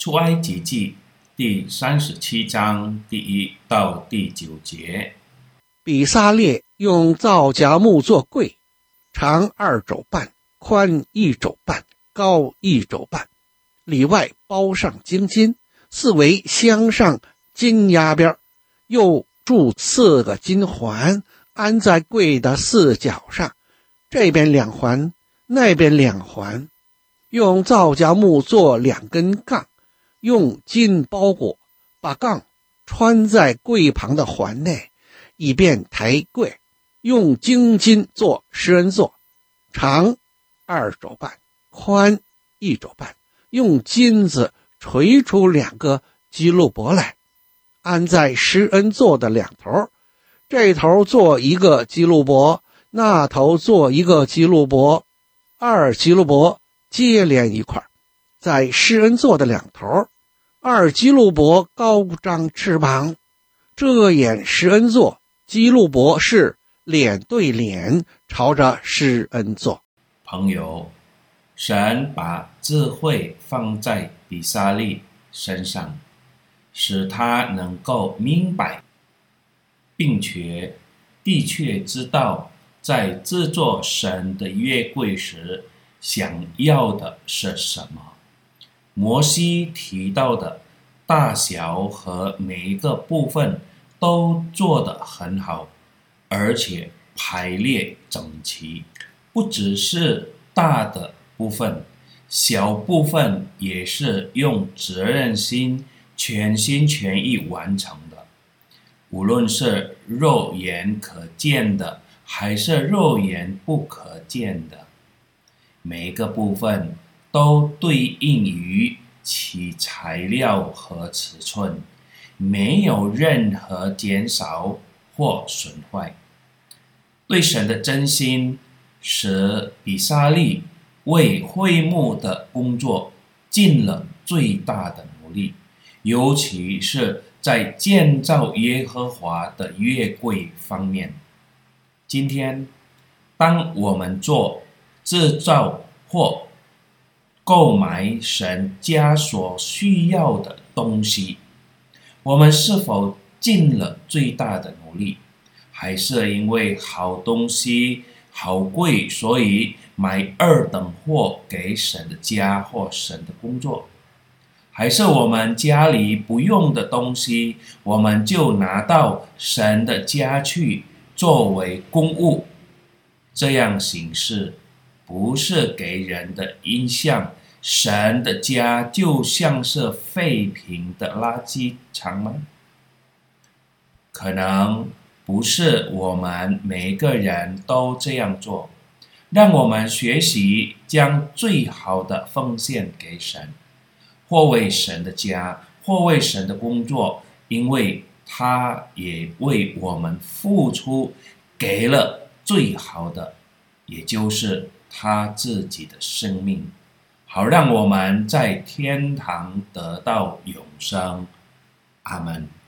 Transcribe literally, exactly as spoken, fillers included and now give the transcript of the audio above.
出埃及记第三十七章第一到第九节。 比撒列用皂荚木做柜，长二肘半，宽一肘半，高一肘半，里外包上精金，四围镶上金压边，又铸四个金环，安在柜的四角上，这边两环，那边两环。用皂荚木做两根杠，用金包裹，把杠穿在柜旁的环内，以便抬柜。用精金做施恩座，长二肘半，宽一肘半，用金子锤出两个基路伯来，安在施恩座的两头，这头做一个基路伯，那头做一个基路伯，二基路伯接连一块，在施恩座的两头，二基路伯高张翅膀，这眼施恩座，基路伯是脸对脸朝着施恩座。 朋友，神把智慧放在比撒利身上，使他能够明白并且的确知道在制作神的约柜时想要的是什么。摩西提到的大小和每一个部分都做得很好，而且排列整齐，不只是大的部分，小部分也是用责任心全心全意完成的。无论是肉眼可见的还是肉眼不可见的，每个部分都对应于其材料和尺寸，没有任何减少或损坏。对神的真心使比撒利为会幕的工作尽了最大的努力，尤其是在建造耶和华的约柜方面。今天当我们做制造或购买神家所需要的东西，我们是否尽了最大的努力，还是因为好东西好贵，所以买二等货给神的家或神的工作？还是我们家里不用的东西，我们就拿到神的家去作为公物？这样行事不是给人的印象，神的家就像是废品的垃圾场吗？可能不是我们每个人都这样做。让我们学习将最好的奉献给神，或为神的家，或为神的工作，因为他也为我们付出，给了最好的，也就是他自己的生命，好让我们在天堂得到永生。阿们。